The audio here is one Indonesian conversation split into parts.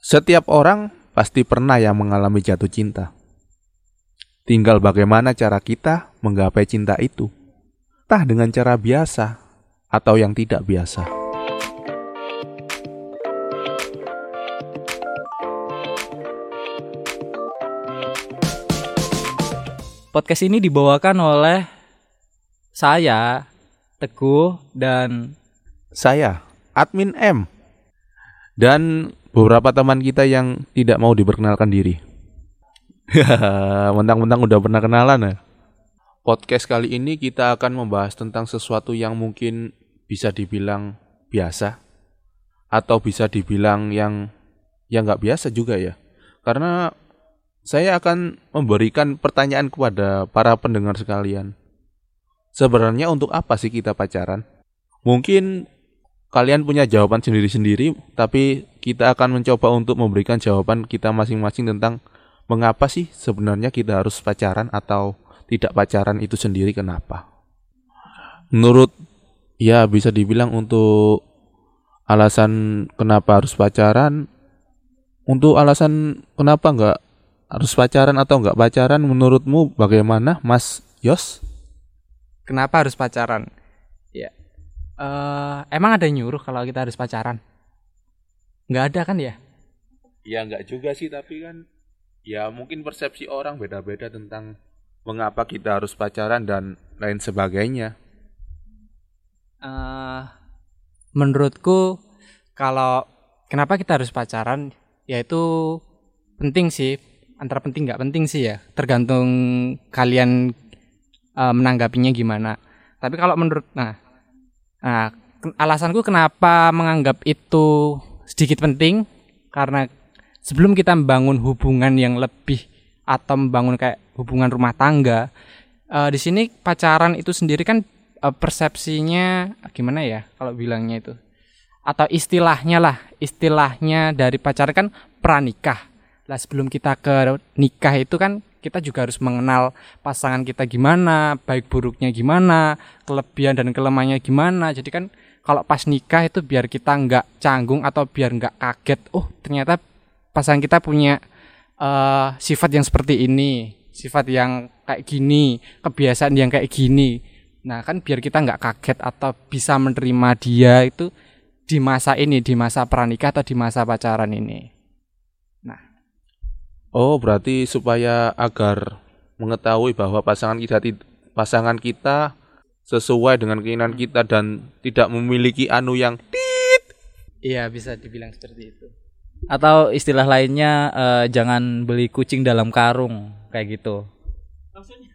Setiap orang pasti pernah yang mengalami jatuh cinta. Tinggal bagaimana cara kita menggapai cinta itu. Entah dengan cara biasa atau yang tidak biasa. Podcast ini dibawakan oleh saya, Teguh, dan Saya, Admin M. Dan beberapa teman kita yang tidak mau diperkenalkan diri. Mentang-mentang udah pernah kenalan ya. Podcast kali ini kita akan membahas tentang sesuatu yang mungkin bisa dibilang biasa atau bisa dibilang yang nggak biasa juga ya. Karena saya akan memberikan pertanyaan kepada para pendengar sekalian. Sebenarnya untuk apa sih kita pacaran? Mungkin kalian punya jawaban sendiri-sendiri, tapi kita akan mencoba untuk memberikan jawaban kita masing-masing tentang mengapa sih sebenarnya kita harus pacaran atau tidak pacaran itu sendiri, kenapa. Menurut ya bisa dibilang untuk alasan kenapa harus pacaran, untuk alasan kenapa nggak harus pacaran atau nggak pacaran, menurutmu bagaimana Mas Yos? kenapa harus pacaran? Ya, emang ada yang nyuruh kalau kita harus pacaran? Nggak ada kan ya? Ya nggak juga sih, tapi kan ya mungkin persepsi orang beda-beda tentang mengapa kita harus pacaran dan lain sebagainya. Menurutku kalau kenapa kita harus pacaran, yaitu penting sih, antara penting nggak penting sih ya, tergantung kalian menanggapinya gimana. Tapi kalau menurut, alasanku kenapa menganggap itu sedikit penting, karena sebelum kita membangun hubungan yang lebih atau membangun kayak hubungan rumah tangga, di sini pacaran itu sendiri kan persepsinya gimana ya kalau bilangnya itu, atau istilahnya dari pacaran kan pranikah. Lah sebelum kita ke nikah itu kan kita juga harus mengenal pasangan kita gimana, baik buruknya gimana, kelebihan dan kelemahannya gimana. Jadi kan kalau pas nikah itu biar kita nggak canggung atau biar nggak kaget, oh ternyata pasangan kita punya sifat yang seperti ini, sifat yang kayak gini, kebiasaan yang kayak gini. Nah kan biar kita nggak kaget atau bisa menerima dia itu di masa ini, di masa pranikah atau di masa pacaran ini. Oh, berarti supaya agar mengetahui bahwa pasangan kita sesuai dengan keinginan kita dan tidak memiliki anu yang tit. Iya, bisa dibilang seperti itu. Atau istilah lainnya jangan beli kucing dalam karung kayak gitu. Maksudnya?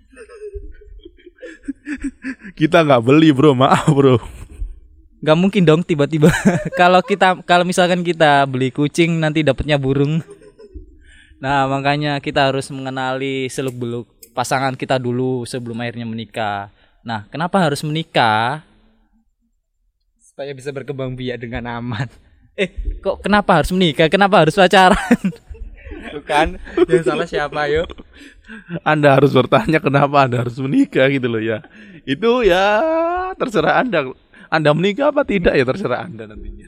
Kita nggak beli bro, maaf bro. Gak mungkin dong tiba-tiba kalau misalkan kita beli kucing nanti dapatnya burung. Nah makanya kita harus mengenali seluk-beluk pasangan kita dulu sebelum akhirnya menikah. Nah kenapa harus menikah? Supaya bisa berkembang biak dengan aman. Kok kenapa harus menikah? Kenapa harus pacaran? Bukan, yang salah siapa yuk? Anda harus bertanya kenapa Anda harus menikah gitu loh ya. Itu ya terserah Anda. Anda menikah apa tidak ya terserah Anda nantinya.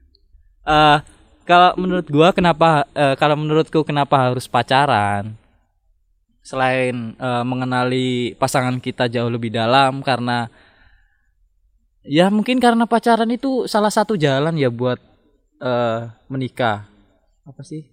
Kalau menurutku kenapa harus pacaran? Selain mengenali pasangan kita jauh lebih dalam, karena ya mungkin karena pacaran itu salah satu jalan ya buat menikah. Apa sih?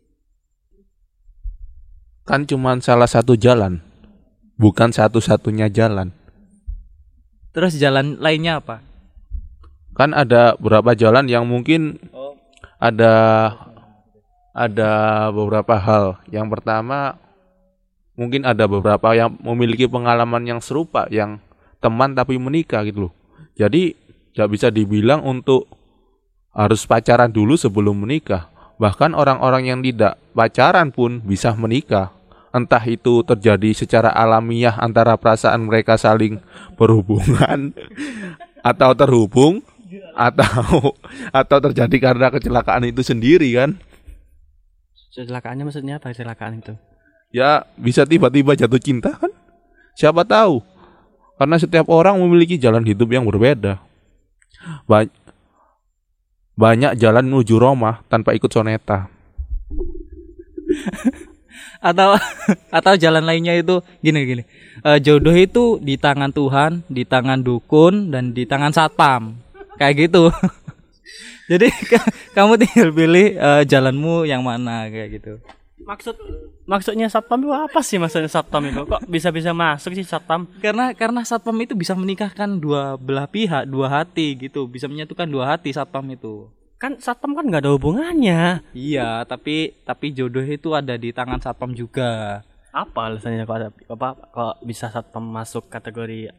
Kan cuma salah satu jalan, bukan satu-satunya jalan. Terus jalan lainnya apa? Kan ada beberapa jalan yang mungkin ada beberapa hal. Yang pertama, mungkin ada beberapa yang memiliki pengalaman yang serupa, yang teman tapi menikah gitu loh. Jadi tidak bisa dibilang untuk harus pacaran dulu sebelum menikah. Bahkan orang-orang yang tidak pacaran pun bisa menikah. Entah itu terjadi secara alamiah antara perasaan mereka saling berhubungan atau terhubung, atau terjadi karena kecelakaan itu sendiri kan. Kecelakaannya maksudnya apa kecelakaan itu? Ya bisa tiba-tiba jatuh cinta kan. Siapa tahu. Karena setiap orang memiliki jalan hidup yang berbeda. Banyak jalan menuju Roma tanpa ikut soneta. Atau atau jalan lainnya itu gini. Jodoh itu di tangan Tuhan, di tangan dukun, dan di tangan satpam. Kayak gitu. Jadi kamu tinggal pilih jalanmu yang mana kayak gitu. Maksudnya satpam itu apa sih, maksudnya satpam itu? Kok bisa masuk sih satpam? Karena satpam itu bisa menikahkan dua belah pihak, dua hati gitu. Bisa menyatukan dua hati satpam itu. Kan satpam kan nggak ada hubungannya. Iya, tapi jodoh itu ada di tangan satpam juga. Apa alasannya kok bisa satpam masuk kategori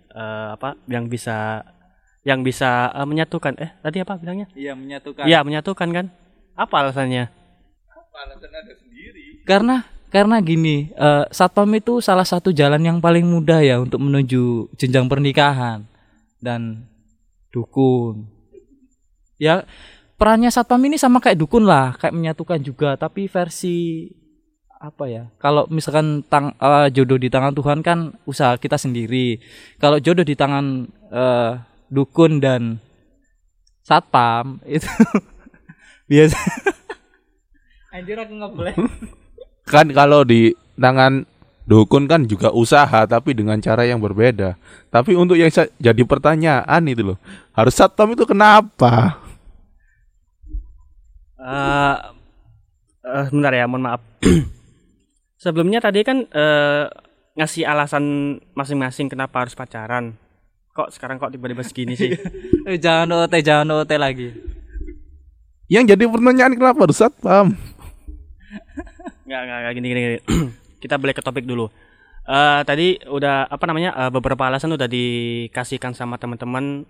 yang bisa menyatukan? Tadi apa bilangnya? Iya, menyatukan. Iya, menyatukan kan? Apa alasannya? Alasannya ada sendiri. Karena gini, satpam itu salah satu jalan yang paling mudah ya untuk menuju jenjang pernikahan dan dukun. Ya, perannya satpam ini sama kayak dukun lah, kayak menyatukan juga, tapi versi apa ya? Kalau misalkan jodoh di tangan Tuhan kan usaha kita sendiri. Kalau jodoh di tangan dukun dan satpam itu biasa. Anjir, aku nggak boleh. Kan kalau di tangan dukun kan juga usaha tapi dengan cara yang berbeda. Tapi untuk yang jadi pertanyaan itu loh, harus satpam itu kenapa? Sebentar ya, mohon maaf. Sebelumnya tadi kan ngasih alasan masing-masing kenapa harus pacaran. Kok sekarang tiba-tiba segini sih? Jangan OT lagi. Yang jadi pertanyaan kenapa harus satpam? Nggak gini. Kita balik ke topik dulu. Tadi udah beberapa alasan udah dikasihkan sama teman-teman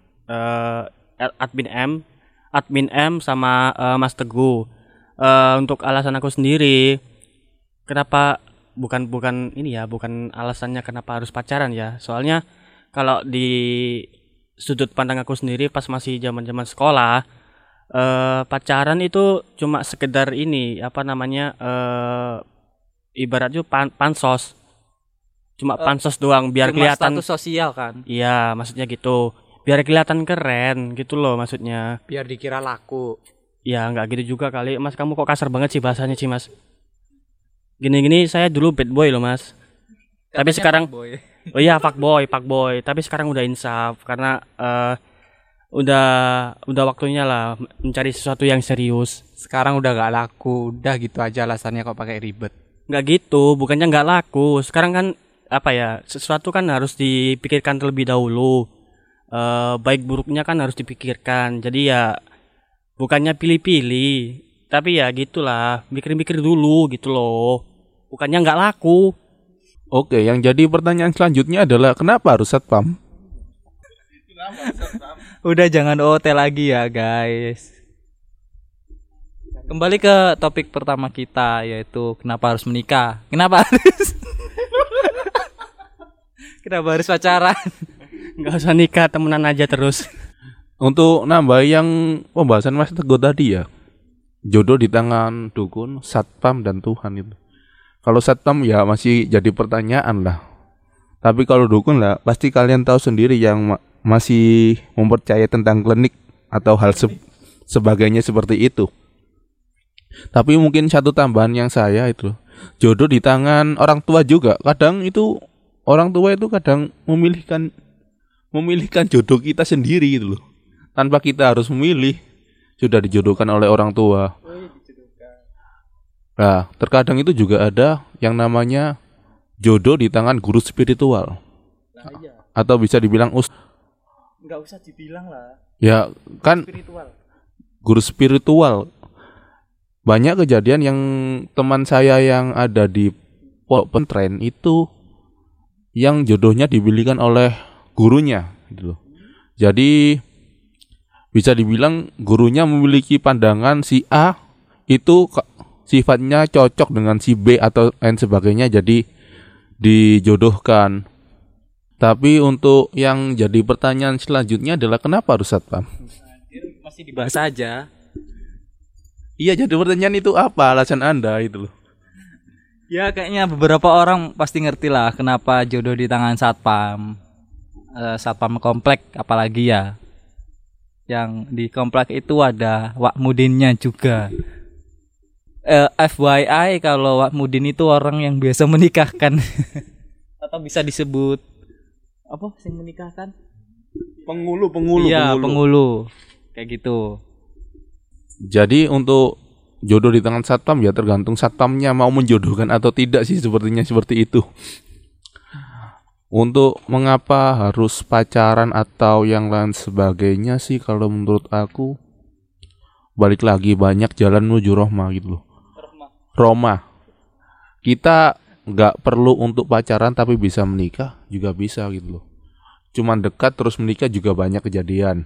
admin M sama Mas Teguh. Untuk alasan aku sendiri, kenapa bukan alasannya kenapa harus pacaran ya. Soalnya kalau di sudut pandang aku sendiri pas masih zaman-zaman sekolah, pacaran itu cuma sekedar ibaratnya pansos. Cuma pansos doang biar kelihatan status sosial kan. Iya, maksudnya gitu. Biar kelihatan keren gitu loh maksudnya. Biar dikira laku. Ya enggak gitu juga kali. Mas, kamu kok kasar banget sih bahasanya sih, Mas. Gini-gini saya dulu bad boy loh, Mas. Tapi sekarang oh iya, fuckboy. Tapi sekarang udah insaf karena udah waktunya lah mencari sesuatu yang serius. Sekarang udah gak laku, udah gitu aja alasannya kok pakai ribet. Nggak gitu, bukannya nggak laku. Sekarang kan sesuatu kan harus dipikirkan terlebih dahulu. Baik buruknya kan harus dipikirkan. Jadi ya bukannya pilih-pilih, tapi ya gitulah, mikir-mikir dulu gitu loh. Bukannya nggak laku. Oke, yang jadi pertanyaan selanjutnya adalah kenapa harus satpam? Udah jangan OT lagi ya guys. Kembali ke topik pertama kita, yaitu kenapa harus menikah. Kenapa harus pacaran? Nggak usah nikah, temenan aja terus. Untuk nambah yang pembahasan Mas Teguh tadi ya, jodoh di tangan dukun, satpam dan Tuhan itu. Kalau satpam ya masih jadi pertanyaan lah. Tapi kalau dukun lah pasti kalian tahu sendiri yang masih mempercayai tentang klinik atau hal sebagainya seperti itu. Tapi mungkin satu tambahan yang saya itu, jodoh di tangan orang tua juga. Kadang itu orang tua itu kadang memilihkan jodoh kita sendiri gitu loh. Tanpa kita harus memilih, sudah dijodohkan oleh orang tua. Nah, terkadang itu juga ada yang namanya jodoh di tangan guru spiritual. Atau bisa dibilang nggak usah dibilang lah. Ya, kan guru spiritual. Banyak kejadian yang teman saya yang ada di pesantren itu yang jodohnya dipilihkan oleh gurunya gitu loh. Jadi bisa dibilang gurunya memiliki pandangan si A itu sifatnya cocok dengan si B atau lain sebagainya, jadi dijodohkan. Tapi untuk yang jadi pertanyaan selanjutnya adalah kenapa harus satpam? Masih dibahas aja. Iya, jadi pertanyaan itu apa alasan Anda itu loh. Ya kayaknya beberapa orang pasti ngerti lah kenapa jodoh di tangan satpam. Satpam komplek apalagi ya. Yang di komplek itu ada Wak Mudinnya juga. FYI kalau Wak Mudin itu orang yang biasa menikahkan atau bisa disebut apa sing menikahkan? Penghulu. Iya, penghulu. Kayak gitu. Jadi untuk jodoh di tangan satpam ya tergantung satpamnya mau menjodohkan atau tidak sih, sepertinya seperti itu. Untuk mengapa harus pacaran atau yang lain sebagainya sih, kalau menurut aku balik lagi banyak jalan menuju Roma gitu loh. Roma. Kita nggak perlu untuk pacaran tapi bisa menikah juga bisa gitu loh. Cuman dekat terus menikah juga banyak kejadian.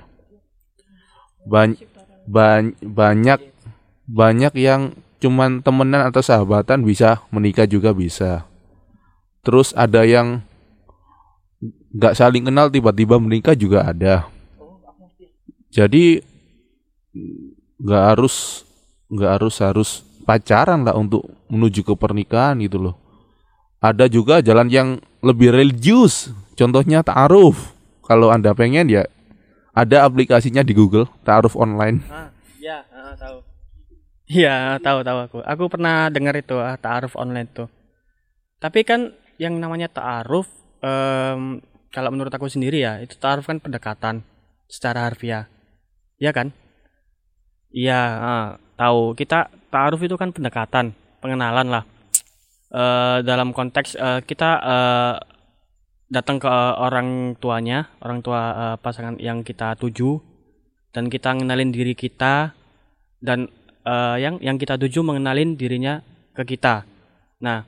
Banyak yang cuman temenan atau sahabatan bisa menikah juga bisa. Terus ada yang nggak saling kenal tiba-tiba menikah juga ada. Jadi nggak harus pacaran lah untuk menuju ke pernikahan gitu loh. Ada juga jalan yang lebih religius, contohnya ta'aruf. Kalau Anda pengen ya ada aplikasinya di Google, ta'aruf online. Tahu. Iya, tahu aku. Aku pernah dengar itu ta'aruf online tuh. Tapi kan yang namanya ta'aruf kalau menurut aku sendiri ya, itu ta'aruf kan pendekatan secara harfiah. Iya kan? Iya, tahu. Kita ta'aruf itu kan pendekatan, pengenalan lah. Dalam konteks kita datang ke orang tua pasangan yang kita tuju, dan kita ngenalin diri kita, dan yang kita tuju mengenalin dirinya ke kita. Nah,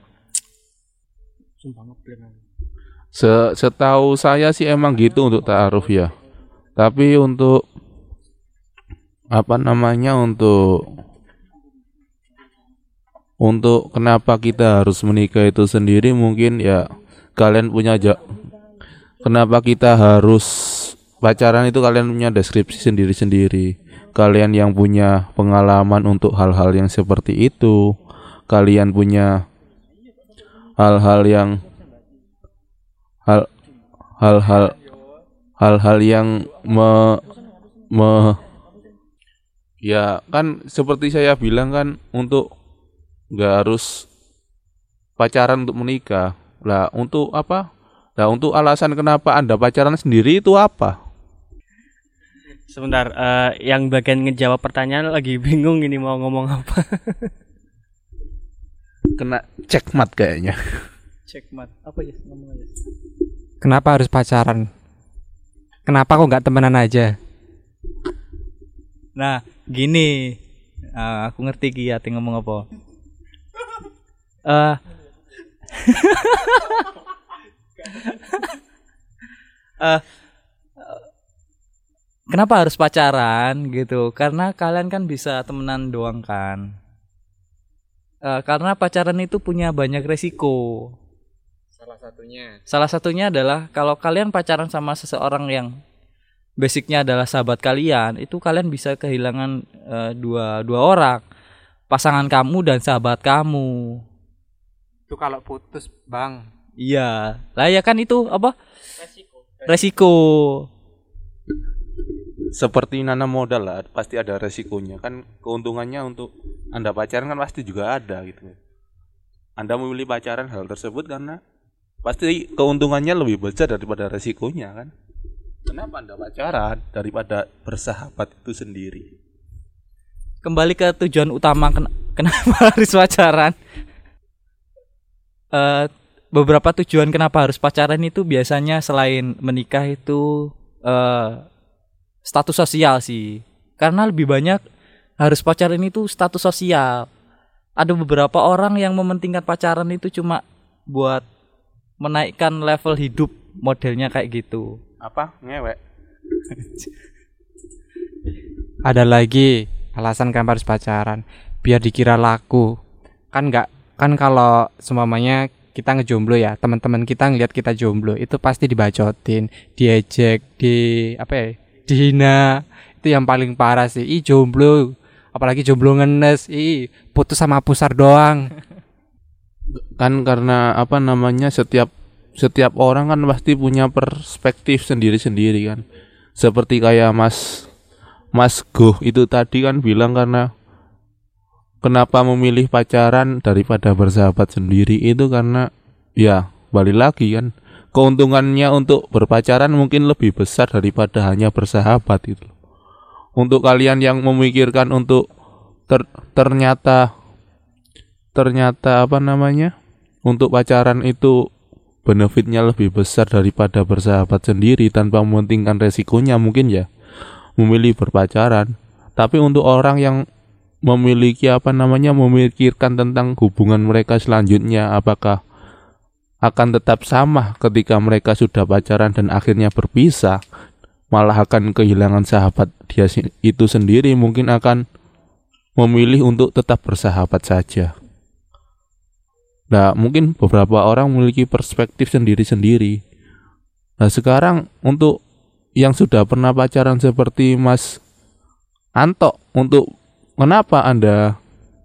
setahu saya sih emang gitu untuk ta'aruf ya. Tapi untuk untuk kenapa kita harus menikah itu sendiri, mungkin ya kalian punya kenapa kita harus pacaran itu kalian punya deskripsi sendiri-sendiri. Kalian yang punya pengalaman untuk hal-hal yang seperti itu, kalian punya hal-hal yang ya kan seperti saya bilang kan, untuk nggak harus pacaran untuk menikah lah. Untuk apa? Nah, untuk alasan kenapa Anda pacaran sendiri itu apa? Sebentar, yang bagian ngejawab pertanyaan lagi bingung ini mau ngomong apa. Kena cekmat kayaknya. Cekmat apa ya, ngomong aja. Kenapa harus pacaran? Kenapa kok nggak temenan aja? Nah, gini, aku ngerti Ki Ati ngomong apa. Kenapa harus pacaran gitu? Karena kalian kan bisa temenan doang kan. Karena pacaran itu punya banyak resiko. Salah satunya adalah kalau kalian pacaran sama seseorang yang basicnya adalah sahabat kalian, itu kalian bisa kehilangan dua orang, pasangan kamu dan sahabat kamu. Itu kalau putus, Bang. Iya, lah ya kan itu apa? Resiko. Seperti nanam modal lah, pasti ada resikonya. Kan keuntungannya untuk Anda pacaran kan pasti juga ada gitu. Anda memilih pacaran hal tersebut karena pasti keuntungannya lebih besar daripada resikonya kan. Kenapa Anda pacaran daripada bersahabat itu sendiri? Kembali ke tujuan utama kenapa harus pacaran. Beberapa tujuan kenapa harus pacaran itu biasanya selain menikah itu status sosial sih. Karena lebih banyak harus pacaran itu status sosial. Ada beberapa orang yang mementingkan pacaran itu cuma buat menaikkan level hidup, modelnya kayak gitu. Apa? Ngewek. Ada lagi alasan kenapa harus pacaran, biar dikira laku. Kan kalau seumpamanya kita ngejomblo ya, teman-teman kita ngelihat kita jomblo itu pasti dibacotin, diejek, dihina. Itu yang paling parah sih. Jomblo, apalagi jomblo ngenes, putus sama pusar doang. Kan karena setiap orang kan pasti punya perspektif sendiri-sendiri kan. Seperti kayak Mas Goh itu tadi kan bilang kenapa memilih pacaran daripada bersahabat sendiri itu karena ya balik lagi kan, keuntungannya untuk berpacaran mungkin lebih besar daripada hanya bersahabat itu. Untuk kalian yang memikirkan untuk ternyata apa namanya, untuk pacaran itu benefitnya lebih besar daripada bersahabat sendiri tanpa mementingkan resikonya, mungkin ya memilih berpacaran. Tapi untuk orang yang memiliki memikirkan tentang hubungan mereka selanjutnya, apakah akan tetap sama ketika mereka sudah pacaran dan akhirnya berpisah, malah akan kehilangan sahabat dia itu sendiri, mungkin akan memilih untuk tetap bersahabat saja. Nah, mungkin beberapa orang memiliki perspektif sendiri-sendiri. Nah, sekarang untuk yang sudah pernah pacaran seperti Mas Anto, untuk kenapa Anda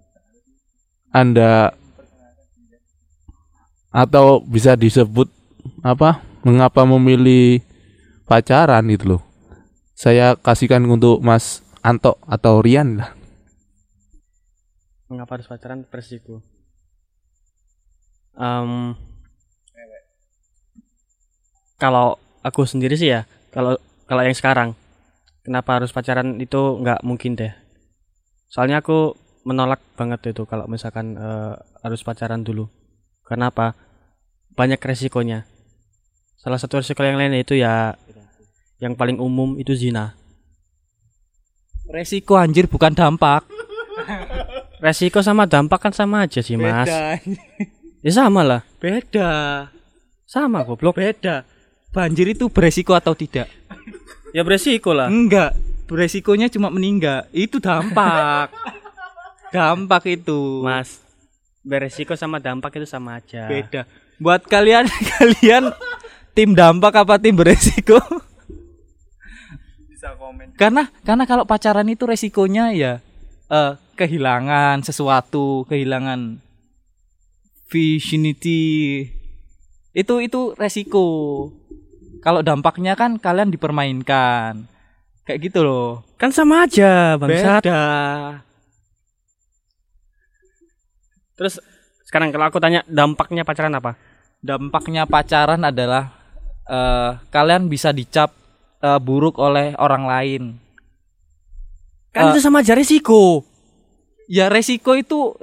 atau bisa disebut mengapa memilih pacaran itu loh. Saya kasihkan untuk Mas Anto atau Rian lah. Mengapa harus pacaran? Beresiko. Kalau aku sendiri sih ya, kalau yang sekarang, kenapa harus pacaran itu nggak mungkin deh. Soalnya aku menolak banget itu kalau misalkan harus pacaran dulu. Kenapa? Banyak resikonya. Salah satu resiko yang lain itu ya, yang paling umum itu zina. Resiko anjir, bukan dampak. Resiko sama dampak kan sama aja sih, Mas. Beda. Ya sama lah. Beda. Sama goblok. Beda. Banjir itu beresiko atau tidak? Ya beresiko lah. Enggak. Beresikonya cuma meninggal. Itu dampak. Dampak itu. Mas, beresiko sama dampak itu sama aja. Beda. Buat kalian tim dampak apa tim beresiko? Bisa komen. Karena kalau pacaran itu resikonya ya kehilangan sesuatu, kehilangan virginity. Itu resiko. Kalau dampaknya kan kalian dipermainkan. Kayak gitu loh. Kan sama aja, bangsat. Beda. Terus sekarang kalau aku tanya, dampaknya pacaran apa? Dampaknya pacaran adalah kalian bisa dicap buruk oleh orang lain. Kan itu sama aja resiko. Ya resiko itu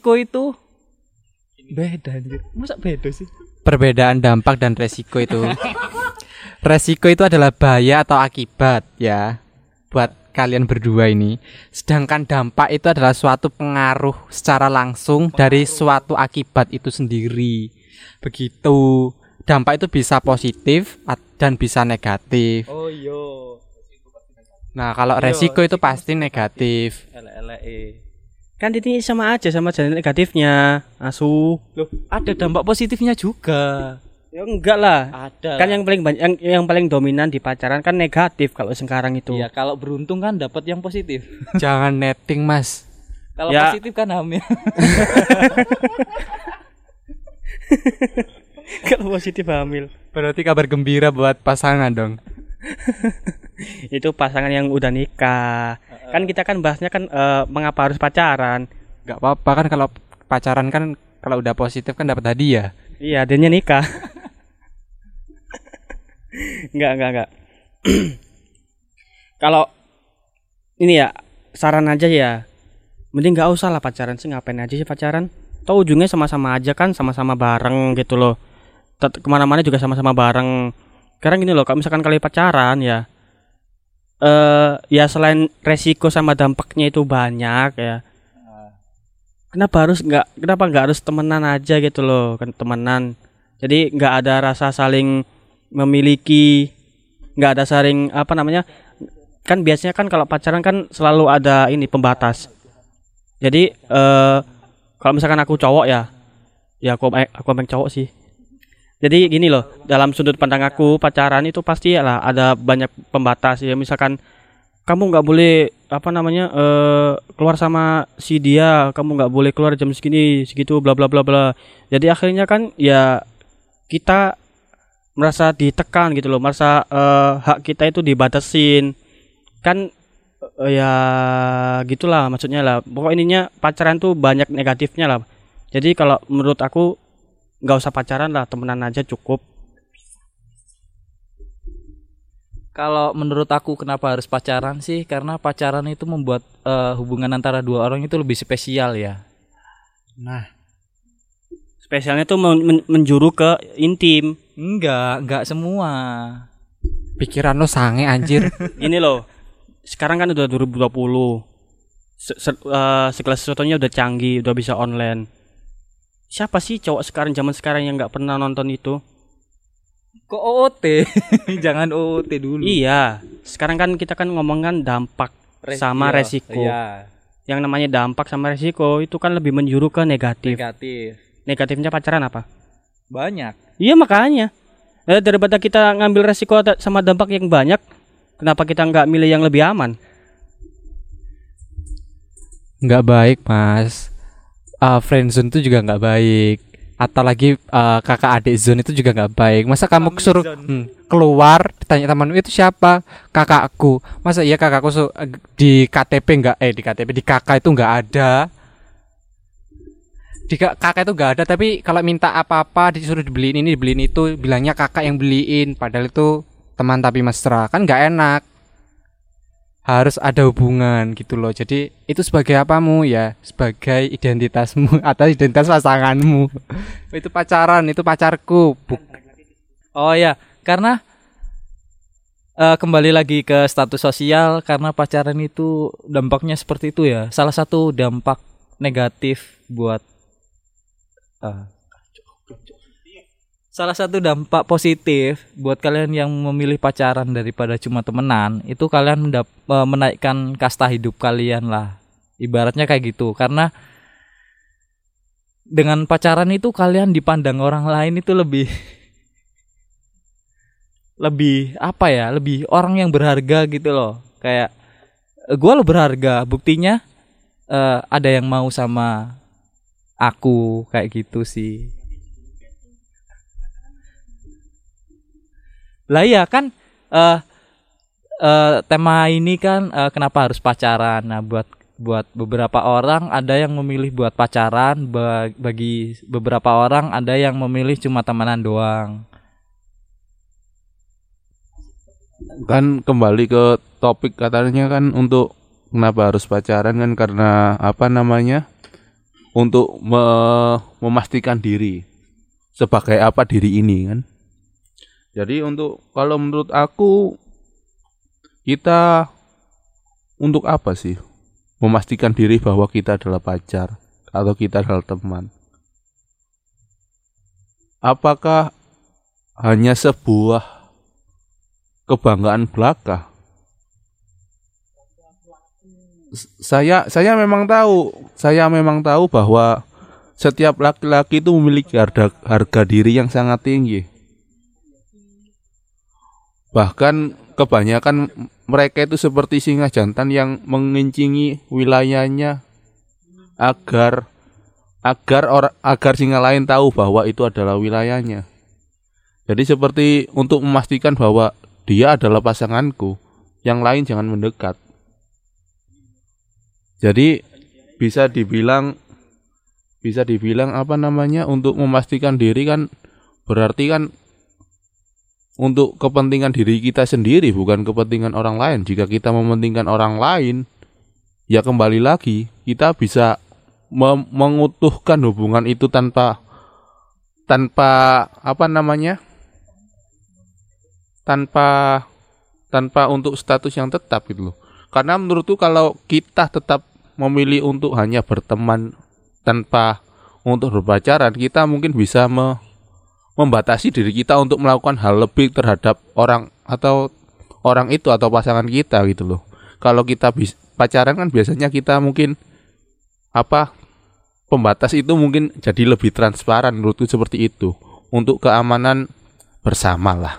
beda anjir. Masa beda sih? Perbedaan dampak dan resiko itu. Resiko itu adalah bahaya atau akibat ya buat kalian berdua ini. Sedangkan dampak itu adalah suatu pengaruh secara langsung dari suatu akibat itu sendiri. Begitu. Dampak itu bisa positif dan bisa negatif. Oh iya. Nah, kalau resiko itu pasti negatif. Kan ini sama aja sama jalan negatifnya. Asu. Loh, ada dampak positifnya juga. Ya enggak lah. Ada. Kan yang paling banyak yang paling dominan di pacaran kan negatif kalau sekarang itu. Iya, kalau beruntung kan dapat yang positif. Jangan netting, Mas. Kalau Ya. positif kan hamil. Kalau positif hamil. Berarti kabar gembira buat pasangan dong. Itu pasangan yang udah nikah. Kan kita kan bahasnya kan mengapa harus pacaran. Gak apa-apa kan kalau pacaran kan kalau udah positif kan dapat hadiah. Iya, adanya nikah. Enggak. Kalau ini ya saran aja ya, mending nggak usah lah pacaran sih, ngapain aja sih pacaran? Tahu ujungnya sama-sama aja kan, sama-sama bareng gitu loh. Kemana-mana juga sama-sama bareng. Sekarang gini loh, kalau misalkan kalian pacaran ya, ya selain resiko sama dampaknya itu banyak ya. Kenapa nggak harus temenan aja gitu loh, kan temenan. Jadi nggak ada rasa saling memiliki, nggak ada saling kan biasanya kan kalau pacaran kan selalu ada ini pembatas. Jadi kalau misalkan aku cowok ya aku emang cowok sih. Jadi gini loh, dalam sudut pandang aku pacaran itu pasti lah ada banyak pembatas ya. Misalkan kamu nggak boleh keluar sama si dia, kamu nggak boleh keluar jam segini segitu bla bla bla bla. Jadi akhirnya kan ya kita merasa ditekan gitu loh, merasa hak kita itu dibatasin. Kan Ya gitulah maksudnya lah. Pokok ininya pacaran tuh banyak negatifnya lah. Jadi kalau menurut aku nggak usah pacaran lah, temenan aja cukup. Kalau menurut aku kenapa harus pacaran sih? Karena pacaran itu membuat hubungan antara dua orang itu lebih spesial ya. Nah, Spesialnya tuh menjuru ke intim. Enggak semua. pikiran lo sange anjir. Ini loh, sekarang kan udah 2020. Segala sesuatunya udah canggih, udah bisa online. Siapa sih cowok sekarang zaman sekarang yang nggak pernah nonton itu? Kok OOT? Jangan OOT dulu. Iya, sekarang kan kita kan ngomongin dampak sama resiko. Iya, Yang namanya dampak sama resiko itu kan lebih menjuru ke negatif. negatif. Negatifnya pacaran apa? Banyak. Iya makanya. Daripada kita ngambil resiko sama dampak yang banyak, kenapa kita nggak milih yang lebih aman? Nggak baik mas. Friendzone itu juga nggak baik. Atau lagi kakak adik zone itu juga nggak baik. Masa kamu suruh keluar ditanya temanmu itu siapa? Kakakku. Masa iya kakakku di KTP nggak di KTP di kakak itu nggak ada. Di kakak itu nggak ada, tapi kalau minta apa-apa disuruh dibeliin ini dibeliin itu, bilangnya kakak yang beliin, padahal itu teman tapi mesra, kan nggak enak. Harus ada hubungan gitu loh. Jadi itu sebagai apamu ya, sebagai identitasmu atau identitas pasanganmu. Itu pacaran, itu pacarku. Oh ya, karena kembali lagi ke status sosial, karena pacaran itu dampaknya seperti itu ya. Salah satu dampak negatif buat salah satu dampak positif buat kalian yang memilih pacaran daripada cuma temenan, itu kalian menaikkan kasta hidup kalian lah. Ibaratnya kayak gitu. Karena dengan pacaran itu kalian dipandang orang lain itu lebih apa ya? Lebih orang yang berharga gitu loh. Kayak gue lo berharga, buktinya ada yang mau sama aku kayak gitu sih. Lah ya kan tema ini kan kenapa harus pacaran. Nah, buat beberapa orang ada yang memilih buat pacaran, bagi beberapa orang ada yang memilih cuma temenan doang. Kan kembali ke topik katanya kan untuk kenapa harus pacaran kan karena apa namanya? Untuk memastikan diri sebagai apa diri ini kan. Jadi untuk kalau menurut aku kita untuk apa sih memastikan diri bahwa kita adalah pacar atau kita adalah teman? Apakah hanya sebuah kebanggaan belaka? Saya memang tahu bahwa setiap laki-laki itu memiliki harga diri yang sangat tinggi. Bahkan kebanyakan mereka itu seperti singa jantan yang mengincingi wilayahnya agar singa lain tahu bahwa itu adalah wilayahnya. Jadi seperti untuk memastikan bahwa dia adalah pasanganku, yang lain jangan mendekat. Jadi bisa dibilang apa namanya, untuk memastikan diri kan berarti kan untuk kepentingan diri kita sendiri, bukan kepentingan orang lain. Jika kita mementingkan orang lain, ya kembali lagi kita bisa mengutuhkan hubungan itu tanpa apa namanya, tanpa untuk status yang tetap gitu loh. Karena menurutku kalau kita tetap memilih untuk hanya berteman tanpa untuk berpacaran, kita mungkin bisa membatasi diri kita untuk melakukan hal lebih terhadap orang itu atau pasangan kita gitu loh. Kalau kita pacaran kan biasanya kita mungkin pembatas itu mungkin jadi lebih transparan, menurutku seperti itu, untuk keamanan bersama lah.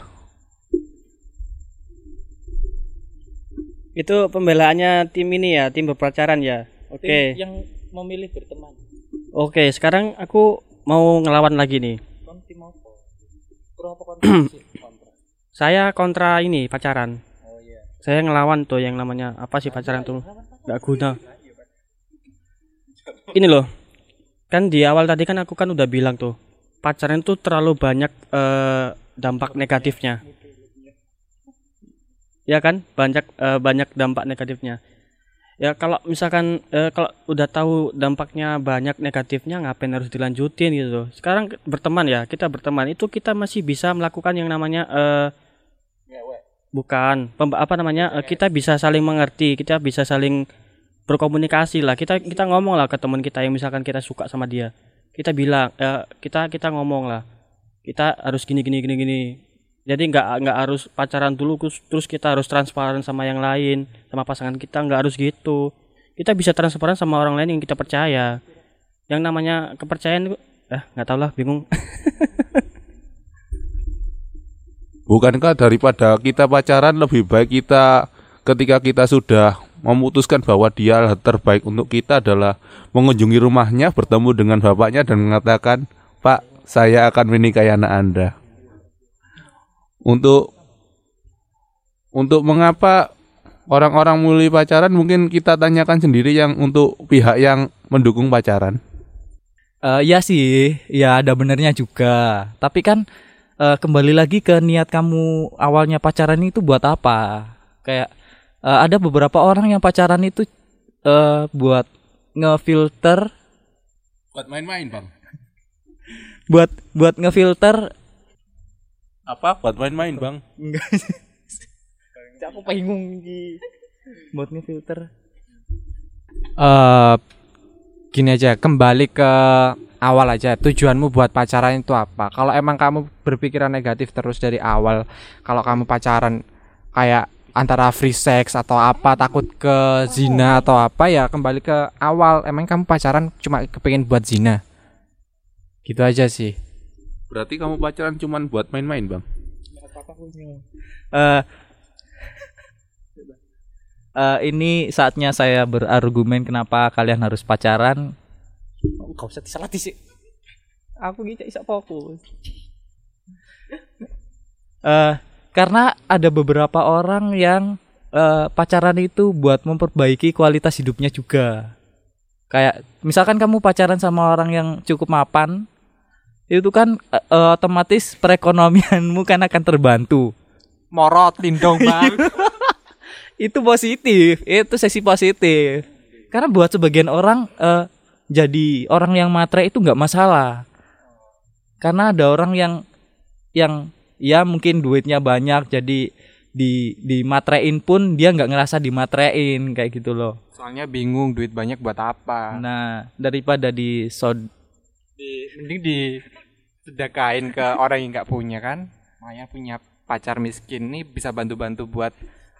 Itu pembelaannya tim ini ya, tim berpacaran ya. Oke. Yang memilih berteman. Oke, sekarang aku mau ngelawan lagi nih. Saya kontra ini pacaran. Oh iya. Saya ngelawan tuh yang namanya apa sih pacaran tuh nggak guna. Ini loh, kan di awal tadi kan aku kan udah bilang tuh pacaran tuh terlalu banyak dampak negatifnya. Ya kan, banyak dampak negatifnya. Ya kalau misalkan kalau udah tahu dampaknya banyak negatifnya, ngapain harus dilanjutin gitu loh. Sekarang berteman ya, kita berteman itu kita masih bisa melakukan yang namanya kita bisa saling mengerti, kita bisa saling berkomunikasi lah. Kita ngomong lah ke teman kita yang misalkan kita suka sama dia. Kita bilang kita ngomong lah. Kita harus gini. Jadi nggak harus pacaran dulu terus kita harus transparan sama yang lain, sama pasangan kita, nggak harus gitu. Kita bisa transparan sama orang lain yang kita percaya. Yang namanya kepercayaan nggak tahu lah, bingung. Bukankah daripada kita pacaran lebih baik kita ketika kita sudah memutuskan bahwa dia terbaik untuk kita adalah mengunjungi rumahnya, bertemu dengan bapaknya dan mengatakan, "Pak, saya akan menikahi anak Anda." Untuk mengapa orang-orang mulai pacaran mungkin kita tanyakan sendiri yang untuk pihak yang mendukung pacaran. Ya sih, ya ada benernya juga. Tapi kan kembali lagi ke niat kamu awalnya pacaran itu buat apa? Kayak ada beberapa orang yang pacaran itu buat ngefilter, Buat main-main, Bang. buat ngefilter. Apa? Buat main-main, Bang. Enggak. Aku bingung iki. Buat ngefilter. Gini aja, kembali ke awal aja. Tujuanmu buat pacaran itu apa? Kalau emang kamu berpikiran negatif terus dari awal, kalau kamu pacaran kayak antara free sex atau apa, takut ke zina atau apa, ya kembali ke awal. Emang kamu pacaran cuma kepengin buat zina? Gitu aja sih. Berarti kamu pacaran cuma buat main-main, Bang? Ini saatnya saya berargumen kenapa kalian harus pacaran. Kau usah disalah sih. Aku gitu bisa fokus. Karena ada beberapa orang yang pacaran itu buat memperbaiki kualitas hidupnya juga. Kayak misalkan kamu pacaran sama orang yang cukup mapan, itu kan otomatis perekonomianmu kan akan terbantu. Morotin dong, Bang. Itu positif, itu sesi positif. Karena buat sebagian orang jadi orang yang matre itu nggak masalah. Karena ada orang yang ya mungkin duitnya banyak, jadi dimatrein pun dia nggak ngerasa dimatrein kayak gitu loh. Soalnya bingung duit banyak buat apa. Nah, daripada Mending disedekain ke orang yang nggak punya kan. Makanya punya pacar miskin nih bisa bantu-bantu buat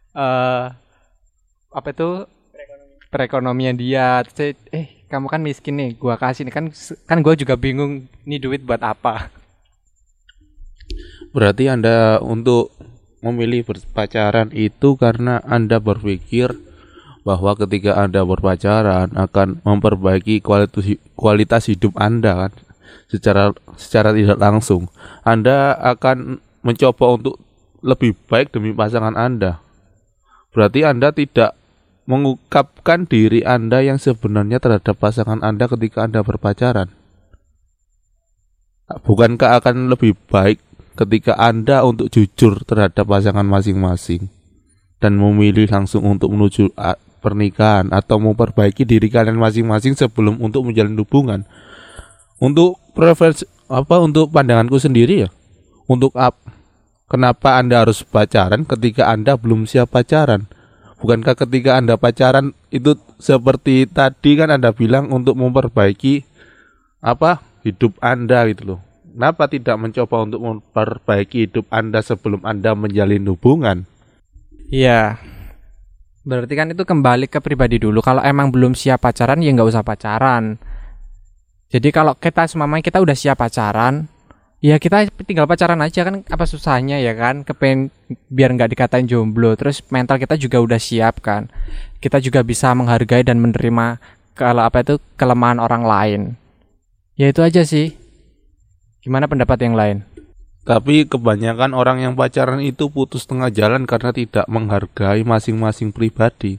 apa itu perekonomian dia. Kamu kan miskin nih, gua kasih nih, kan gua juga bingung nih duit buat apa. Berarti Anda untuk memilih berpacaran itu karena Anda berpikir bahwa ketika Anda berpacaran akan memperbaiki kualitas hidup Anda kan, secara tidak langsung. Anda akan mencoba untuk lebih baik demi pasangan Anda. Berarti Anda tidak mengungkapkan diri Anda yang sebenarnya terhadap pasangan Anda ketika Anda berpacaran. Bukankah akan lebih baik ketika Anda untuk jujur terhadap pasangan masing-masing dan memilih langsung untuk menuju pernikahan atau memperbaiki diri kalian masing-masing sebelum untuk menjalin hubungan? Untuk preferensi untuk pandanganku sendiri ya, kenapa Anda harus pacaran ketika Anda belum siap pacaran? Bukankah ketika Anda pacaran itu seperti tadi kan Anda bilang untuk memperbaiki hidup Anda gitu loh. Kenapa tidak mencoba untuk memperbaiki hidup Anda sebelum Anda menjalin hubungan? Iya. Berarti kan itu kembali ke pribadi dulu. Kalau emang belum siap pacaran ya nggak usah pacaran. Jadi kalau kita kita udah siap pacaran, ya kita tinggal pacaran aja kan, apa susahnya ya kan? Kepengen biar nggak dikatain jomblo. Terus mental kita juga udah siap kan. Kita juga bisa menghargai dan menerima kelemahan orang lain. Ya itu aja sih. Gimana pendapat yang lain? Tapi kebanyakan orang yang pacaran itu putus tengah jalan karena tidak menghargai masing-masing pribadi.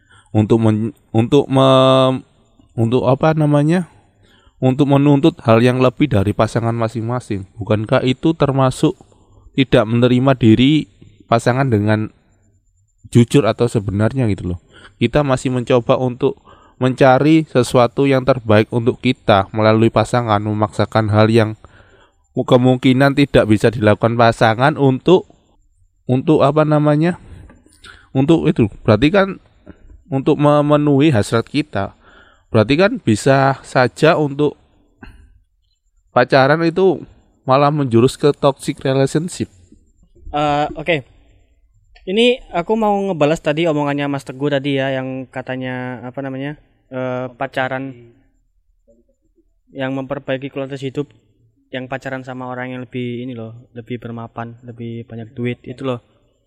Untuk apa namanya? Untuk menuntut hal yang lebih dari pasangan masing-masing. Bukankah itu termasuk tidak menerima diri pasangan dengan jujur atau sebenarnya gitu loh. Kita masih mencoba untuk mencari sesuatu yang terbaik untuk kita melalui pasangan, memaksakan hal yang kemungkinan tidak bisa dilakukan pasangan untuk apa namanya? Untuk itu. Berarti kan untuk memenuhi hasrat kita. Berarti kan bisa saja untuk pacaran itu malah menjurus ke toxic relationship. Oke. Ini aku mau ngebalas tadi omongannya Mas Teguh tadi ya, yang katanya apa namanya, pacaran yang memperbaiki kualitas hidup, yang pacaran sama orang yang lebih ini loh, lebih bermapan, lebih banyak duit itu loh.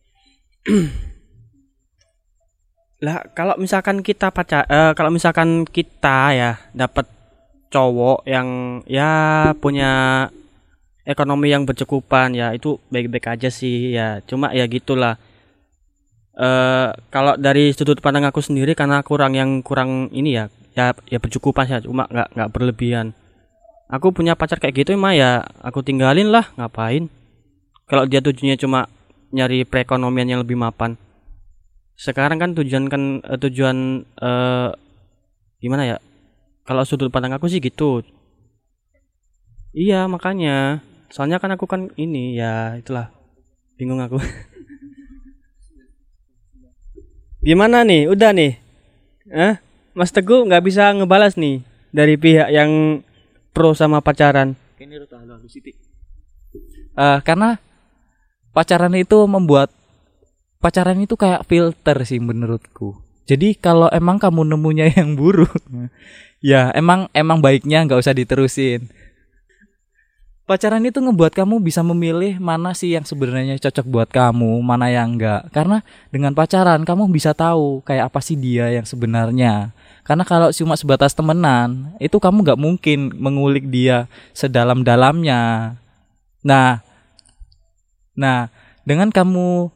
Lah kalau misalkan kita ya dapat cowok yang ya punya ekonomi yang bercukupan, ya itu baik-baik aja sih ya, cuma ya gitulah. Kalau dari sudut pandang aku sendiri, karena kurang ini ya bercukupan ya, cuma nggak berlebihan. Aku punya pacar kayak gitu mah ya aku tinggalin lah, ngapain kalau dia tujuannya cuma nyari perekonomian yang lebih mapan. Sekarang kan tujuan gimana ya, kalau sudut pandang aku sih gitu. Iya makanya, soalnya kan aku kan ini ya itulah, bingung aku. Gimana nih, udah nih Mas Teguh nggak bisa ngebalas nih dari pihak yang pro sama pacaran. Karena pacaran itu kayak filter sih menurutku. Jadi kalau emang kamu nemunya yang buruk, ya emang baiknya nggak usah diterusin. Pacaran itu ngebuat kamu bisa memilih mana sih yang sebenarnya cocok buat kamu, mana yang enggak. Karena dengan pacaran kamu bisa tahu kayak apa sih dia yang sebenarnya. Karena kalau cuma sebatas temenan, itu kamu nggak mungkin mengulik dia sedalam-dalamnya. Nah, dengan kamu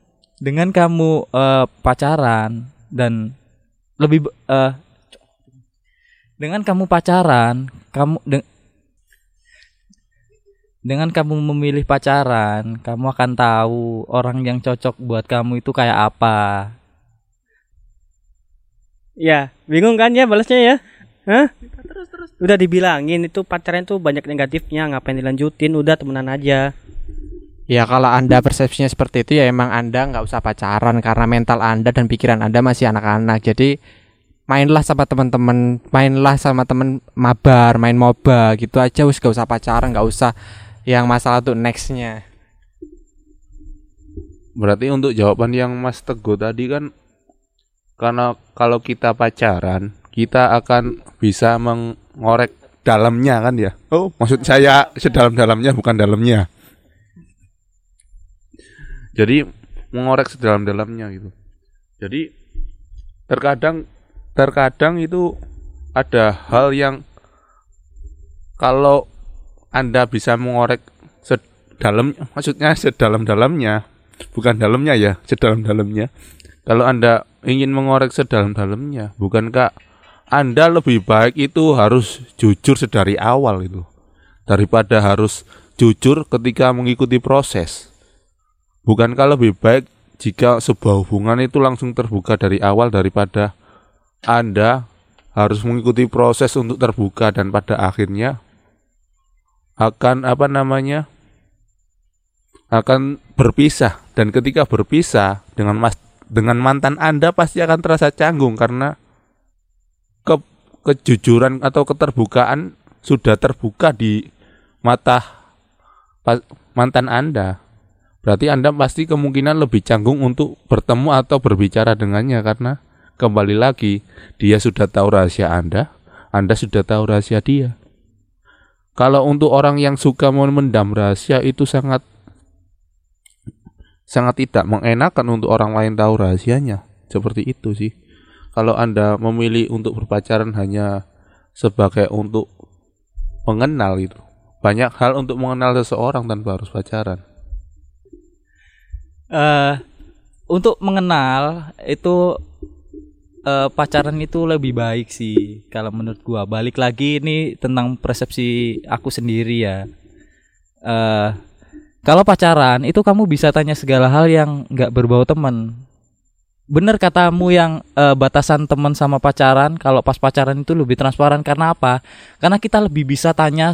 pacaran dan lebih dengan kamu pacaran, dengan kamu memilih pacaran, kamu akan tahu orang yang cocok buat kamu itu kayak apa. Ya, bingung kan ya balasnya ya? Hah? Terus. Udah dibilangin itu pacaran tuh banyak negatifnya, ngapain dilanjutin, udah temenan aja. Ya kalau Anda persepsinya seperti itu ya emang Anda nggak usah pacaran, karena mental Anda dan pikiran Anda masih anak-anak. Jadi mainlah sama teman-teman, mainlah sama teman mabar, main MOBA gitu aja, gak usah pacaran, gak usah yang masalah tuh nextnya. Berarti untuk jawaban yang Mas Teguh tadi kan, karena kalau kita pacaran kita akan bisa mengorek dalamnya kan ya. Oh maksud saya sedalam-dalamnya, bukan dalamnya. Jadi mengorek sedalam-dalamnya gitu. Jadi terkadang itu ada hal yang kalau Anda bisa mengorek sedalam-dalamnya, bukan dalamnya ya, sedalam-dalamnya. Kalau Anda ingin mengorek sedalam-dalamnya, bukankah Anda lebih baik itu harus jujur sedari awal itu, daripada harus jujur ketika mengikuti proses? Bukankah lebih baik jika sebuah hubungan itu langsung terbuka dari awal daripada Anda harus mengikuti proses untuk terbuka dan pada akhirnya akan akan berpisah, dan ketika berpisah dengan mantan Anda pasti akan terasa canggung karena kejujuran atau keterbukaan sudah terbuka di mata mantan Anda. Berarti Anda pasti kemungkinan lebih canggung untuk bertemu atau berbicara dengannya, karena kembali lagi dia sudah tahu rahasia Anda sudah tahu rahasia dia. Kalau untuk orang yang suka memendam rahasia itu sangat tidak mengenakan untuk orang lain tahu rahasianya. Seperti itu sih. Kalau Anda memilih untuk berpacaran hanya sebagai untuk mengenal itu. Banyak hal untuk mengenal seseorang tanpa harus pacaran. Untuk mengenal itu pacaran itu lebih baik sih kalau menurut gua. Balik lagi ini tentang persepsi aku sendiri ya. Kalau pacaran itu kamu bisa tanya segala hal yang nggak berbau teman. Bener katamu yang batasan teman sama pacaran. Kalau pas pacaran itu lebih transparan karena apa? Karena kita lebih bisa tanya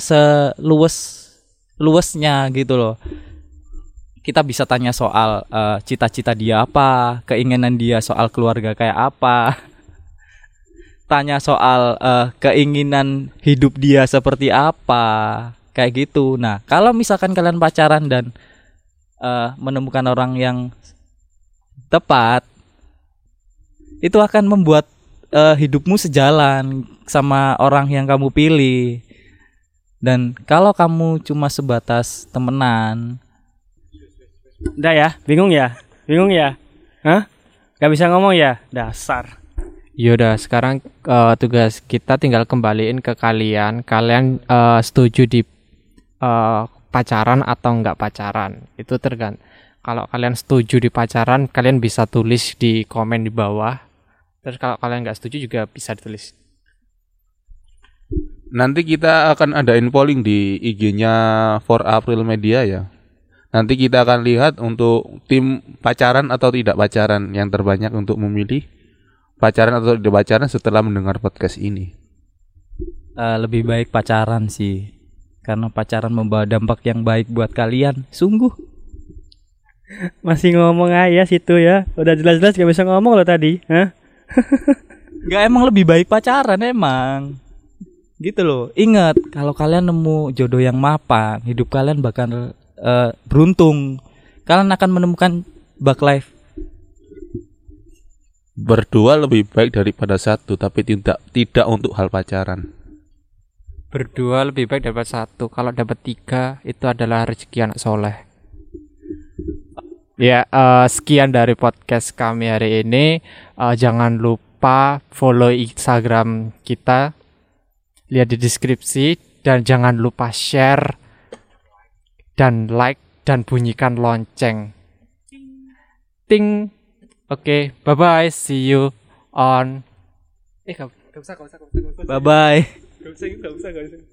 luasnya gitu loh. Kita bisa tanya soal cita-cita dia apa, keinginan dia soal keluarga kayak apa, tanya soal keinginan hidup dia seperti apa, kayak gitu. Nah, kalau misalkan kalian pacaran dan menemukan orang yang tepat, itu akan membuat hidupmu sejalan sama orang yang kamu pilih. Dan kalau kamu cuma sebatas temenan, Udah ya, bingung ya? Hah? Gak bisa ngomong ya? Dasar. Yaudah, sekarang tugas kita tinggal kembaliin ke kalian. Kalian setuju di pacaran atau enggak pacaran? Itu tergantung. Kalau kalian setuju di pacaran, kalian bisa tulis di komen di bawah. Terus kalau kalian enggak setuju juga bisa ditulis. Nanti kita akan adain polling di IG-nya 4April Media ya. Nanti kita akan lihat untuk tim pacaran atau tidak pacaran yang terbanyak untuk memilih pacaran atau tidak pacaran setelah mendengar podcast ini. lebih baik pacaran sih. Karena pacaran membawa dampak yang baik buat kalian. Sungguh. Masih ngomong aja situ ya. Udah jelas-jelas gak bisa ngomong loh tadi. Hah? Gak, emang lebih baik pacaran emang. Gitu loh. Ingat, kalau kalian nemu jodoh yang mapan, hidup kalian bakal beruntung. Kalian akan menemukan bug life. Berdua lebih baik daripada satu, tapi tidak untuk hal pacaran. Berdua lebih baik dapat satu. Kalau dapat 3 itu adalah rezeki anak soleh. Ya, sekian dari podcast kami hari ini. Jangan lupa follow Instagram kita, lihat di deskripsi, dan jangan lupa share dan like dan bunyikan lonceng. Ting. Oke, bye bye. See you on. Gak usah. Bye bye. Gak usah.